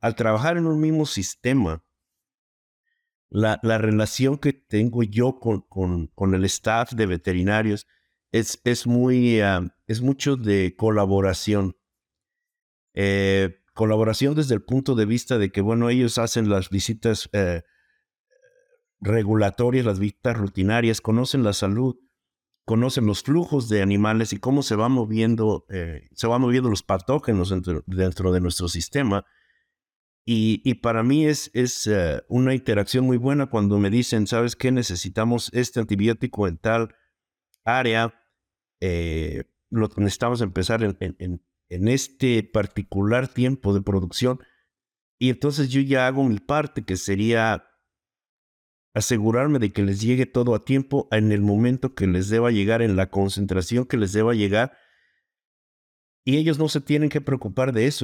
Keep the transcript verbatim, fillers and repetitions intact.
al trabajar en un mismo sistema, la, la relación que tengo yo con, con, con el staff de veterinarios es, es, muy, uh, es mucho de colaboración. Eh, colaboración desde el punto de vista de que, bueno, ellos hacen las visitas eh, regulatorias, las visitas rutinarias, conocen la salud, conocen los flujos de animales y cómo se va moviendo, eh, se van moviendo los patógenos dentro, dentro de nuestro sistema. Y, y para mí es, es uh, una interacción muy buena cuando me dicen, ¿sabes qué? Necesitamos este antibiótico en tal área, eh, lo necesitamos empezar en, en, en este particular tiempo de producción. Y entonces yo ya hago mi parte, que sería asegurarme de que les llegue todo a tiempo, en el momento que les deba llegar, en la concentración que les deba llegar. Y ellos no se tienen que preocupar de eso.